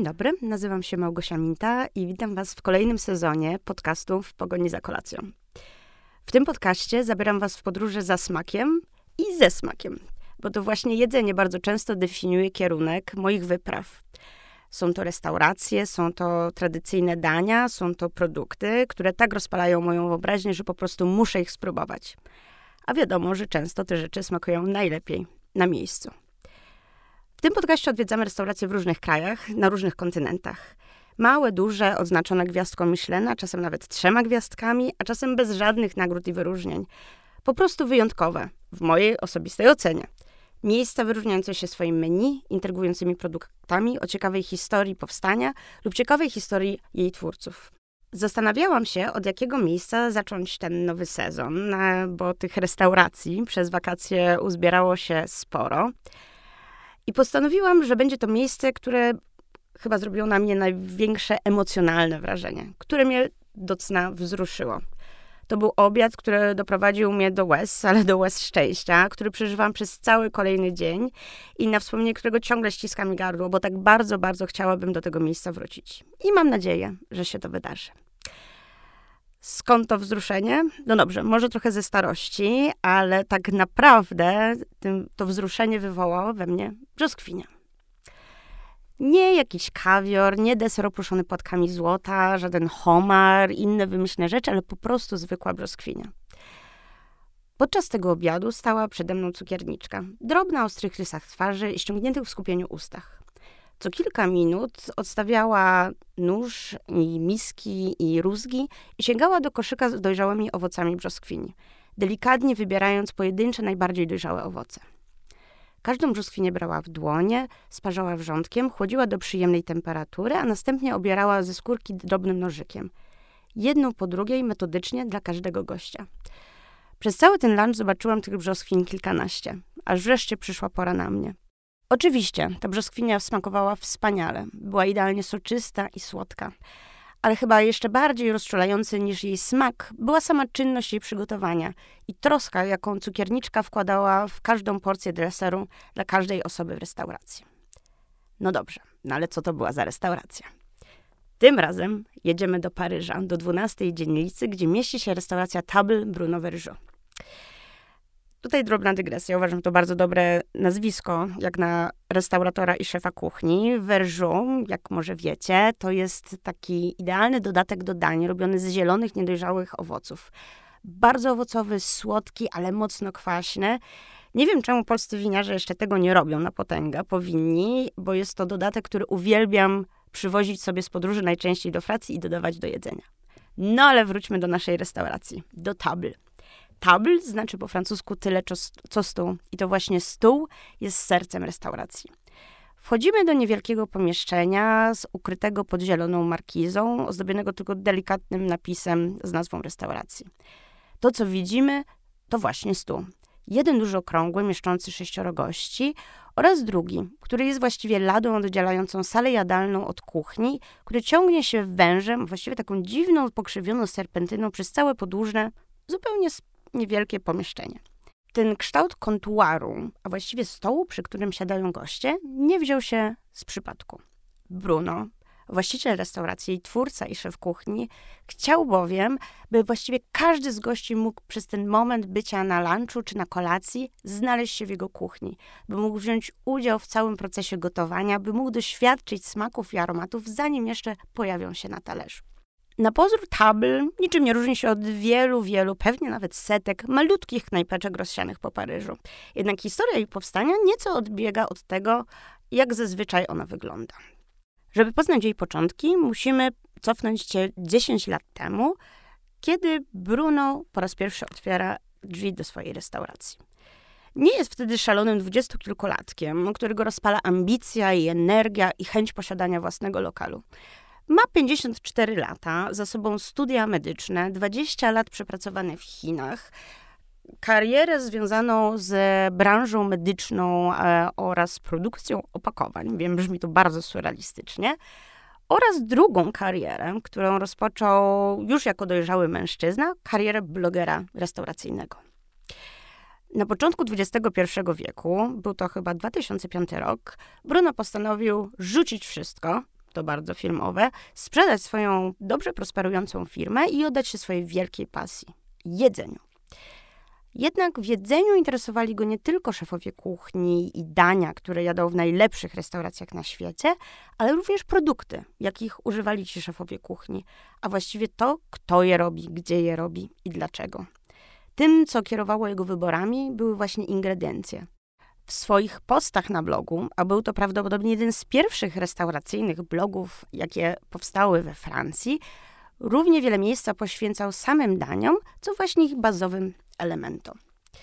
dobry, nazywam się Małgosia Minta i witam Was w kolejnym sezonie podcastu W pogoni za kolacją. W tym podcaście zabieram Was w podróże za smakiem i ze smakiem, bo to właśnie jedzenie bardzo często definiuje kierunek moich wypraw. Są to restauracje, są to tradycyjne dania, są to produkty, które tak rozpalają moją wyobraźnię, że po prostu muszę ich spróbować. A wiadomo, że często te rzeczy smakują najlepiej na miejscu. W tym podcaście odwiedzamy restauracje w różnych krajach, na różnych kontynentach. Małe, duże, odznaczone gwiazdką Michelina, czasem nawet 3 gwiazdkami, a czasem bez żadnych nagród i wyróżnień. Po prostu wyjątkowe, w mojej osobistej ocenie. Miejsca wyróżniające się swoim menu, intrygującymi produktami o ciekawej historii powstania lub ciekawej historii jej twórców. Zastanawiałam się, od jakiego miejsca zacząć ten nowy sezon, bo tych restauracji przez wakacje uzbierało się sporo. I postanowiłam, że będzie to miejsce, które chyba zrobiło na mnie największe emocjonalne wrażenie, które mnie do cna wzruszyło. To był obiad, który doprowadził mnie do łez, ale do łez szczęścia, który przeżywam przez cały kolejny dzień i na wspomnienie którego ciągle ściska mi gardło, bo tak bardzo, bardzo chciałabym do tego miejsca wrócić. I mam nadzieję, że się to wydarzy. Skąd to wzruszenie? No dobrze, może trochę ze starości, ale tak naprawdę to wzruszenie wywołało we mnie brzoskwinia. Nie jakiś kawior, nie deser oprószony płatkami złota, żaden homar, inne wymyślne rzeczy, ale po prostu zwykła brzoskwinia. Podczas tego obiadu stała przede mną cukierniczka, drobna o ostrych rysach twarzy i ściągniętych w skupieniu ustach. Co kilka minut odstawiała nóż i miski i rózgi i sięgała do koszyka z dojrzałymi owocami brzoskwini, delikatnie wybierając pojedyncze najbardziej dojrzałe owoce. Każdą brzoskwinię brała w dłonie, sparzała wrzątkiem, chłodziła do przyjemnej temperatury, a następnie obierała ze skórki drobnym nożykiem. Jedną po drugiej, metodycznie dla każdego gościa. Przez cały ten lunch zobaczyłam tych brzoskwiń kilkanaście, aż wreszcie przyszła pora na mnie. Oczywiście, ta brzoskwinia smakowała wspaniale. Była idealnie soczysta i słodka. Ale chyba jeszcze bardziej rozczulający niż jej smak była sama czynność jej przygotowania i troska, jaką cukierniczka wkładała w każdą porcję deseru dla każdej osoby w restauracji. No dobrze, ale co to była za restauracja? Tym razem jedziemy do Paryża, do 12 dzielnicy, gdzie mieści się restauracja Table Bruno Vergeot. Tutaj drobna dygresja. Uważam to bardzo dobre nazwisko, jak na restauratora i szefa kuchni. Vergeot, jak może wiecie, to jest taki idealny dodatek do dań, robiony z zielonych, niedojrzałych owoców. Bardzo owocowy, słodki, ale mocno kwaśny. Nie wiem, czemu polscy winiarze jeszcze tego nie robią na potęgę. Powinni, bo jest to dodatek, który uwielbiam przywozić sobie z podróży najczęściej do Francji i dodawać do jedzenia. No ale wróćmy do naszej restauracji, do Table. Table znaczy po francusku tyle, co stół. I to właśnie stół jest sercem restauracji. Wchodzimy do niewielkiego pomieszczenia ukrytego pod zieloną markizą, ozdobionego tylko delikatnym napisem z nazwą restauracji. To, co widzimy, to właśnie stół. Jeden duży okrągły, mieszczący 6 gości oraz drugi, który jest właściwie ladą oddzielającą salę jadalną od kuchni, który ciągnie się wężem, właściwie taką dziwną, pokrzywioną serpentyną przez całe podłużne, zupełnie niewielkie pomieszczenie. Ten kształt kontuaru, a właściwie stołu, przy którym siadają goście, nie wziął się z przypadku. Bruno, właściciel restauracji, jej twórca i szef kuchni, chciał bowiem, by właściwie każdy z gości mógł przez ten moment bycia na lunchu czy na kolacji znaleźć się w jego kuchni, by mógł wziąć udział w całym procesie gotowania, by mógł doświadczyć smaków i aromatów, zanim jeszcze pojawią się na talerzu. Na pozór Table niczym nie różni się od wielu, pewnie nawet setek malutkich knajpeczek rozsianych po Paryżu. Jednak historia jej powstania nieco odbiega od tego, jak zazwyczaj ona wygląda. Żeby poznać jej początki, musimy cofnąć się 10 lat temu, kiedy Bruno po raz pierwszy otwiera drzwi do swojej restauracji. Nie jest wtedy szalonym 20-kilkulatkiem, którego rozpala ambicja i energia i chęć posiadania własnego lokalu. Ma 54 lata, za sobą studia medyczne, 20 lat przepracowane w Chinach, karierę związaną z branżą medyczną oraz produkcją opakowań. Wiem, brzmi to bardzo surrealistycznie. Oraz drugą karierę, którą rozpoczął już jako dojrzały mężczyzna, karierę blogera restauracyjnego. Na początku XXI wieku, był to chyba 2005 rok, Bruno postanowił rzucić wszystko, to bardzo filmowe, sprzedać swoją dobrze prosperującą firmę i oddać się swojej wielkiej pasji – jedzeniu. Jednak w jedzeniu interesowali go nie tylko szefowie kuchni i dania, które jadał w najlepszych restauracjach na świecie, ale również produkty, jakich używali ci szefowie kuchni, a właściwie to, kto je robi, gdzie je robi i dlaczego. Tym, co kierowało jego wyborami, były właśnie ingrediencje. W swoich postach na blogu, a był to prawdopodobnie jeden z pierwszych restauracyjnych blogów, jakie powstały we Francji, równie wiele miejsca poświęcał samym daniom, co właśnie ich bazowym elementom.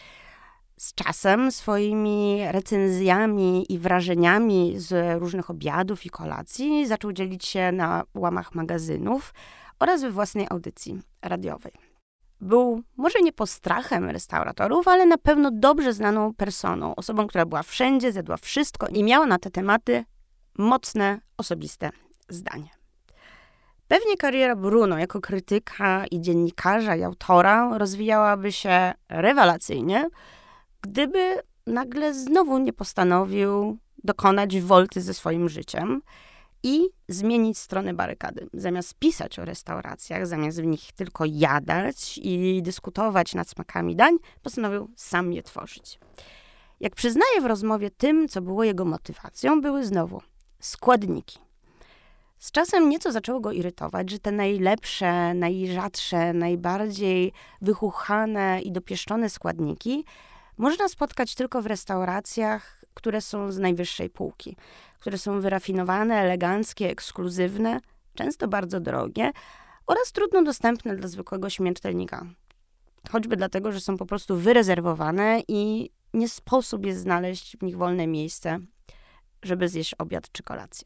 Z czasem swoimi recenzjami i wrażeniami z różnych obiadów i kolacji zaczął dzielić się na łamach magazynów oraz we własnej audycji radiowej. Był może nie postrachem restauratorów, ale na pewno dobrze znaną personą, osobą, która była wszędzie, zjadła wszystko i miała na te tematy mocne, osobiste zdanie. Pewnie kariera Bruno jako krytyka i dziennikarza i autora rozwijałaby się rewelacyjnie, gdyby nagle znowu nie postanowił dokonać wolty ze swoim życiem i zmienić stronę barykady. Zamiast pisać o restauracjach, zamiast w nich tylko jadać i dyskutować nad smakami dań, postanowił sam je tworzyć. Jak przyznaje w rozmowie, tym, co było jego motywacją, były znowu składniki. Z czasem nieco zaczęło go irytować, że te najlepsze, najrzadsze, najbardziej wychuchane i dopieszczone składniki można spotkać tylko w restauracjach, które są z najwyższej półki, które są wyrafinowane, eleganckie, ekskluzywne, często bardzo drogie oraz trudno dostępne dla zwykłego śmiertelnika. Choćby dlatego, że są po prostu wyrezerwowane i nie sposób jest znaleźć w nich wolne miejsce, żeby zjeść obiad czy kolację.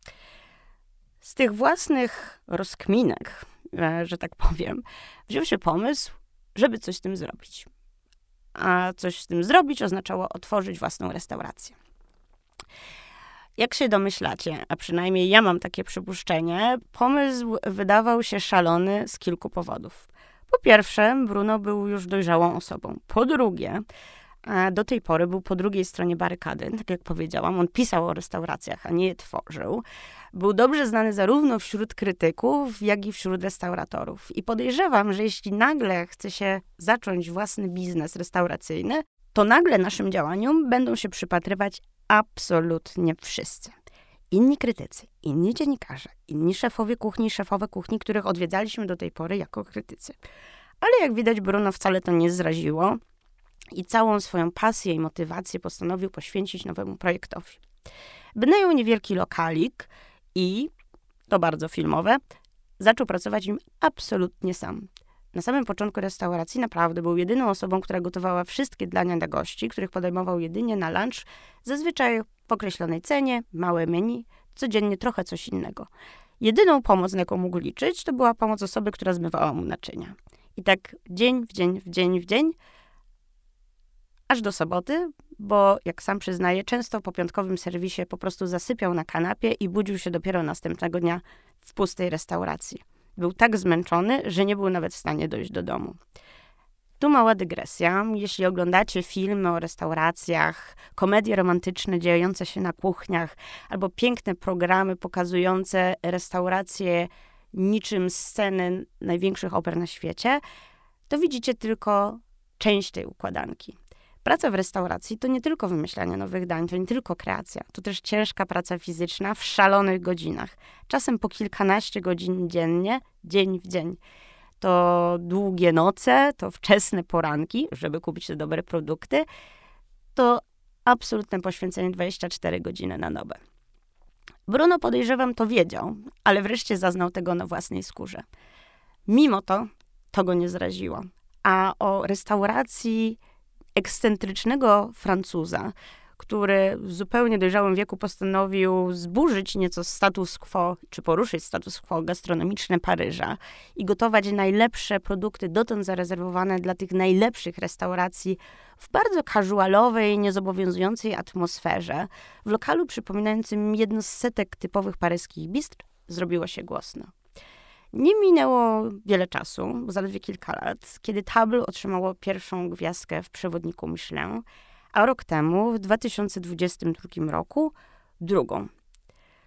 Z tych własnych rozkminek, że tak powiem, wziął się pomysł, żeby coś z tym zrobić. A coś z tym zrobić oznaczało otworzyć własną restaurację. Jak się domyślacie, a przynajmniej ja mam takie przypuszczenie, pomysł wydawał się szalony z kilku powodów. Po pierwsze, Bruno był już dojrzałą osobą. Po drugie, do tej pory był po drugiej stronie barykady. Tak jak powiedziałam, on pisał o restauracjach, a nie je tworzył. Był dobrze znany zarówno wśród krytyków, jak i wśród restauratorów. I podejrzewam, że jeśli nagle chce się zacząć własny biznes restauracyjny, to nagle naszym działaniom będą się przypatrywać absolutnie wszyscy. Inni krytycy, inni dziennikarze, inni szefowie kuchni, których odwiedzaliśmy do tej pory jako krytycy. Ale jak widać, Bruno wcale to nie zraziło i całą swoją pasję i motywację postanowił poświęcić nowemu projektowi. Wynajął niewielki lokalik i, to bardzo filmowe, zaczął pracować nim absolutnie sam. Na samym początku restauracji naprawdę był jedyną osobą, która gotowała wszystkie dania dla gości, których podejmował jedynie na lunch, zazwyczaj w określonej cenie, małe menu, codziennie trochę coś innego. Jedyną pomoc, na jaką mógł liczyć, to była pomoc osoby, która zmywała mu naczynia. I tak dzień w dzień, aż do soboty, bo jak sam przyznaje, często po piątkowym serwisie po prostu zasypiał na kanapie i budził się dopiero następnego dnia w pustej restauracji. Był tak zmęczony, że nie był nawet w stanie dojść do domu. Tu mała dygresja. Jeśli oglądacie filmy o restauracjach, komedie romantyczne dziejące się na kuchniach, albo piękne programy pokazujące restauracje niczym sceny największych oper na świecie, to widzicie tylko część tej układanki. Praca w restauracji to nie tylko wymyślanie nowych dań, to nie tylko kreacja, to też ciężka praca fizyczna w szalonych godzinach. Czasem po kilkanaście godzin dziennie, dzień w dzień. To długie noce, to wczesne poranki, żeby kupić te dobre produkty. To absolutne poświęcenie 24 godziny na dobę. Bruno, podejrzewam, to wiedział, ale wreszcie zaznał tego na własnej skórze. Mimo to go nie zraziło. A o restauracji ekscentrycznego Francuza, który w zupełnie dojrzałym wieku postanowił zburzyć nieco status quo, czy poruszyć status quo gastronomiczne Paryża i gotować najlepsze produkty dotąd zarezerwowane dla tych najlepszych restauracji w bardzo casualowej, niezobowiązującej atmosferze, w lokalu przypominającym jedno z setek typowych paryskich bistr, zrobiło się głośno. Nie minęło wiele czasu, bo zaledwie kilka lat, kiedy Table otrzymało pierwszą gwiazdkę w przewodniku Michelin, a rok temu, w 2022 roku, drugą.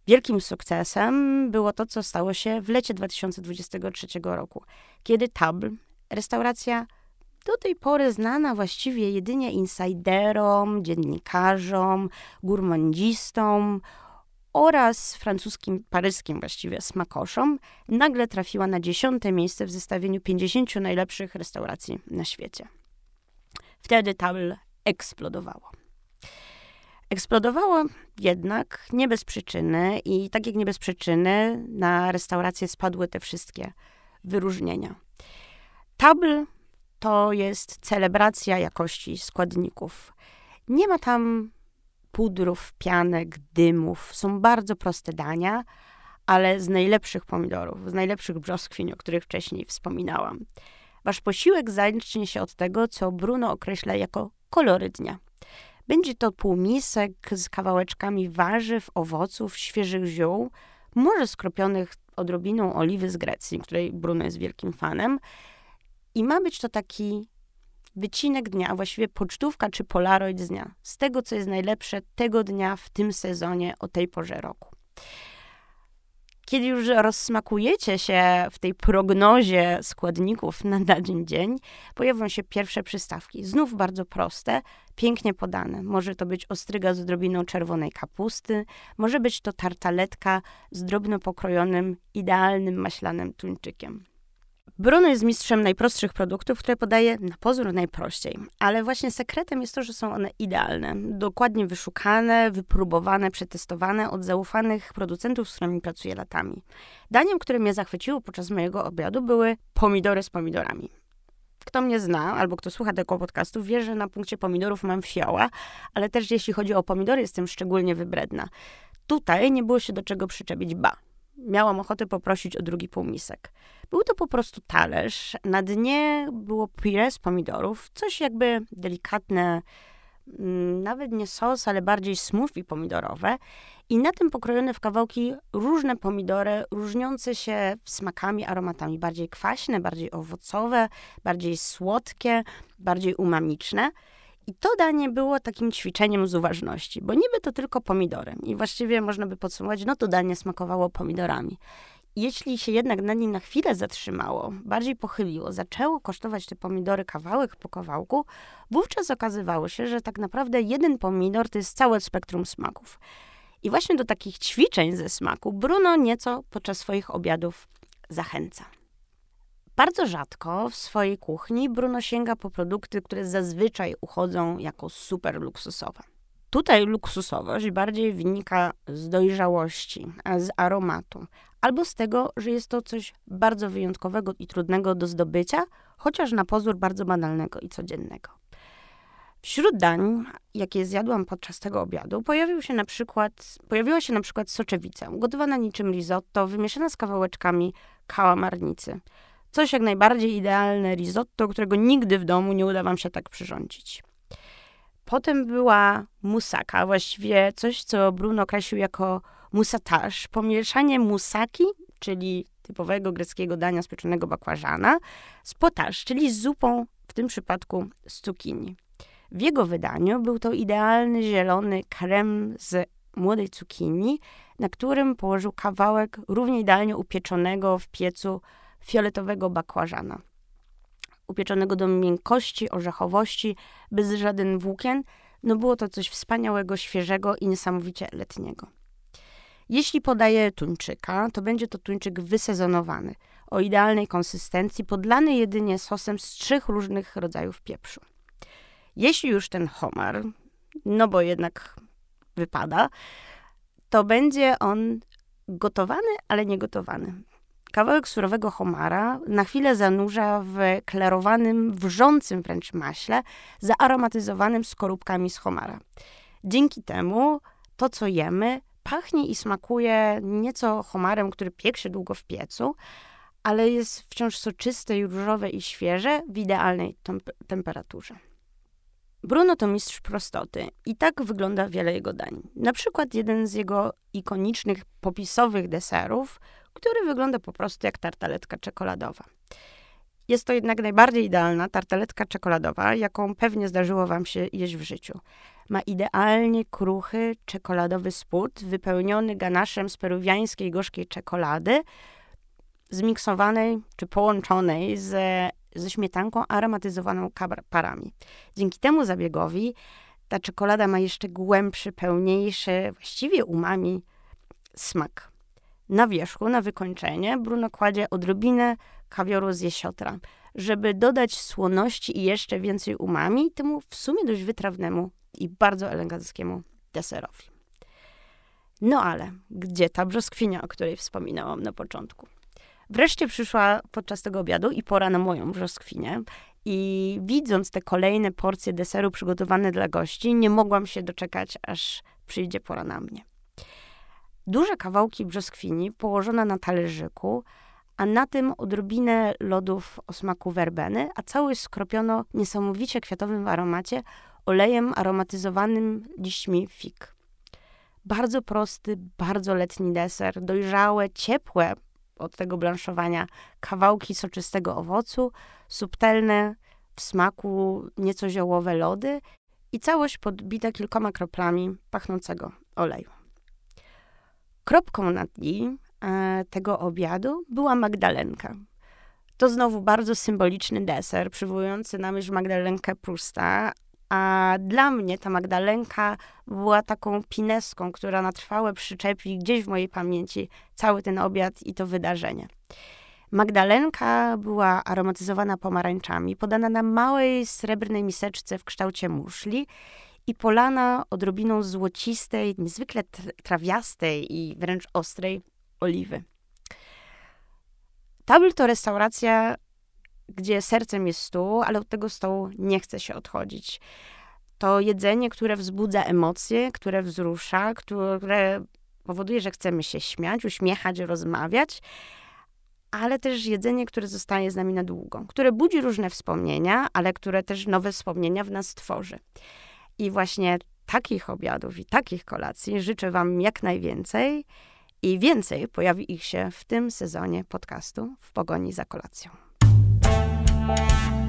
Wielkim sukcesem było to, co stało się w lecie 2023 roku, kiedy Table, restauracja do tej pory znana właściwie jedynie insiderom, dziennikarzom, gurmandzistom oraz francuskim, paryskim właściwie smakoszom, nagle trafiła na 10. miejsce w zestawieniu 50 najlepszych restauracji na świecie. Wtedy Table eksplodowało. Eksplodowało jednak nie bez przyczyny i tak jak nie bez przyczyny na restaurację spadły te wszystkie wyróżnienia. Table to jest celebracja jakości składników. Nie ma tam pudrów, pianek, dymów. Są bardzo proste dania, ale z najlepszych pomidorów, z najlepszych brzoskwiń, o których wcześniej wspominałam. Wasz posiłek zacznie się od tego, co Bruno określa jako kolory dnia. Będzie to półmisek z kawałeczkami warzyw, owoców, świeżych ziół, może skropionych odrobiną oliwy z Grecji, której Bruno jest wielkim fanem. I ma być to taki wycinek dnia, a właściwie pocztówka czy polaroid z dnia. Z tego, co jest najlepsze tego dnia w tym sezonie o tej porze roku. Kiedy już rozsmakujecie się w tej prognozie składników na dzień, pojawią się pierwsze przystawki. Znów bardzo proste, pięknie podane. Może to być ostryga z odrobiną czerwonej kapusty, może być to tartaletka z drobno pokrojonym, idealnym maślanym tuńczykiem. Bruno jest mistrzem najprostszych produktów, które podaje na pozór najprościej, ale właśnie sekretem jest to, że są one idealne, dokładnie wyszukane, wypróbowane, przetestowane od zaufanych producentów, z którymi pracuję latami. Daniem, które mnie zachwyciło podczas mojego obiadu, były pomidory z pomidorami. Kto mnie zna, albo kto słucha tego podcastu, wie, że na punkcie pomidorów mam fioła, ale też jeśli chodzi o pomidory, jestem szczególnie wybredna. Tutaj nie było się do czego przyczepić, miałam ochotę poprosić o drugi półmisek. Był to po prostu talerz. Na dnie było puree z pomidorów, coś jakby delikatne, nawet nie sos, ale bardziej smoothie pomidorowe. I na tym pokrojone w kawałki różne pomidory, różniące się smakami, aromatami. Bardziej kwaśne, bardziej owocowe, bardziej słodkie, bardziej umamiczne. I to danie było takim ćwiczeniem z uważności, bo niby to tylko pomidory. I właściwie można by podsumować, no to danie smakowało pomidorami. Jeśli się jednak na nim na chwilę zatrzymało, bardziej pochyliło, zaczęło kosztować te pomidory kawałek po kawałku, wówczas okazywało się, że tak naprawdę jeden pomidor to jest całe spektrum smaków. I właśnie do takich ćwiczeń ze smaku Bruno nieco podczas swoich obiadów zachęca. Bardzo rzadko w swojej kuchni Bruno sięga po produkty, które zazwyczaj uchodzą jako super luksusowe. Tutaj luksusowość bardziej wynika z dojrzałości, z aromatu, albo z tego, że jest to coś bardzo wyjątkowego i trudnego do zdobycia, chociaż na pozór bardzo banalnego i codziennego. Wśród dań, jakie zjadłam podczas tego obiadu, pojawiła się na przykład soczewica, ugotowana niczym risotto, wymieszana z kawałeczkami kałamarnicy. Coś jak najbardziej idealne risotto, którego nigdy w domu nie uda wam się tak przyrządzić. Potem była moussaka, właściwie coś, co Bruno określił jako moussatage, pomieszanie moussaki, czyli typowego greckiego dania z pieczonego bakłażana, z potage, czyli z zupą, w tym przypadku z cukinii. W jego wydaniu był to idealny zielony krem z młodej cukinii, na którym położył kawałek równie idealnie upieczonego w piecu fioletowego bakłażana. Upieczonego do miękkości, orzechowości, bez żaden włókien, no było to coś wspaniałego, świeżego i niesamowicie letniego. Jeśli podaję tuńczyka, to będzie to tuńczyk wysezonowany, o idealnej konsystencji, podlany jedynie sosem z 3 różnych rodzajów pieprzu. Jeśli już ten homar, no bo jednak wypada, to będzie on gotowany, ale nie gotowany. Kawałek surowego homara na chwilę zanurza w klarowanym, wrzącym wręcz maśle, zaaromatyzowanym skorupkami z homara. Dzięki temu to, co jemy, pachnie i smakuje nieco homarem, który piekł się długo w piecu, ale jest wciąż soczyste i różowe i świeże w idealnej temperaturze. Bruno to mistrz prostoty i tak wygląda wiele jego dań. Na przykład jeden z jego ikonicznych popisowych deserów, który wygląda po prostu jak tartaletka czekoladowa. Jest to jednak najbardziej idealna tarteletka czekoladowa, jaką pewnie zdarzyło wam się jeść w życiu. Ma idealnie kruchy, czekoladowy spód, wypełniony ganaszem z peruwiańskiej gorzkiej czekolady, zmiksowanej czy połączonej ze śmietanką aromatyzowaną parami. Dzięki temu zabiegowi ta czekolada ma jeszcze głębszy, pełniejszy, właściwie umami smak. Na wierzchu, na wykończenie, Bruno kładzie odrobinę kawioru z jesiotra, żeby dodać słoności i jeszcze więcej umami temu w sumie dość wytrawnemu i bardzo eleganckiemu deserowi. No ale gdzie ta brzoskwinia, o której wspominałam na początku? Wreszcie przyszła podczas tego obiadu i pora na moją brzoskwinię. I widząc te kolejne porcje deseru przygotowane dla gości, nie mogłam się doczekać, aż przyjdzie pora na mnie. Duże kawałki brzoskwini położone na talerzyku, a na tym odrobinę lodów o smaku werbeny, a całość skropiono niesamowicie kwiatowym aromacie olejem aromatyzowanym liśćmi fig. Bardzo prosty, bardzo letni deser, dojrzałe, ciepłe od tego blanszowania kawałki soczystego owocu, subtelne w smaku nieco ziołowe lody i całość podbita kilkoma kroplami pachnącego oleju. Kropką na i tego obiadu była magdalenka. To znowu bardzo symboliczny deser, przywołujący na myśl Magdalenkę Prousta, a dla mnie ta magdalenka była taką pineską, która na trwałe przyczepi gdzieś w mojej pamięci cały ten obiad i to wydarzenie. Magdalenka była aromatyzowana pomarańczami, podana na małej srebrnej miseczce w kształcie muszli i polana odrobiną złocistej, niezwykle trawiastej i wręcz ostrej oliwy. Table to restauracja, gdzie sercem jest stół, ale od tego stołu nie chce się odchodzić. To jedzenie, które wzbudza emocje, które wzrusza, które powoduje, że chcemy się śmiać, uśmiechać, rozmawiać, ale też jedzenie, które zostaje z nami na długo, które budzi różne wspomnienia, ale które też nowe wspomnienia w nas tworzy. I właśnie takich obiadów i takich kolacji życzę wam jak najwięcej i więcej pojawi ich się w tym sezonie podcastu W pogoni za kolacją.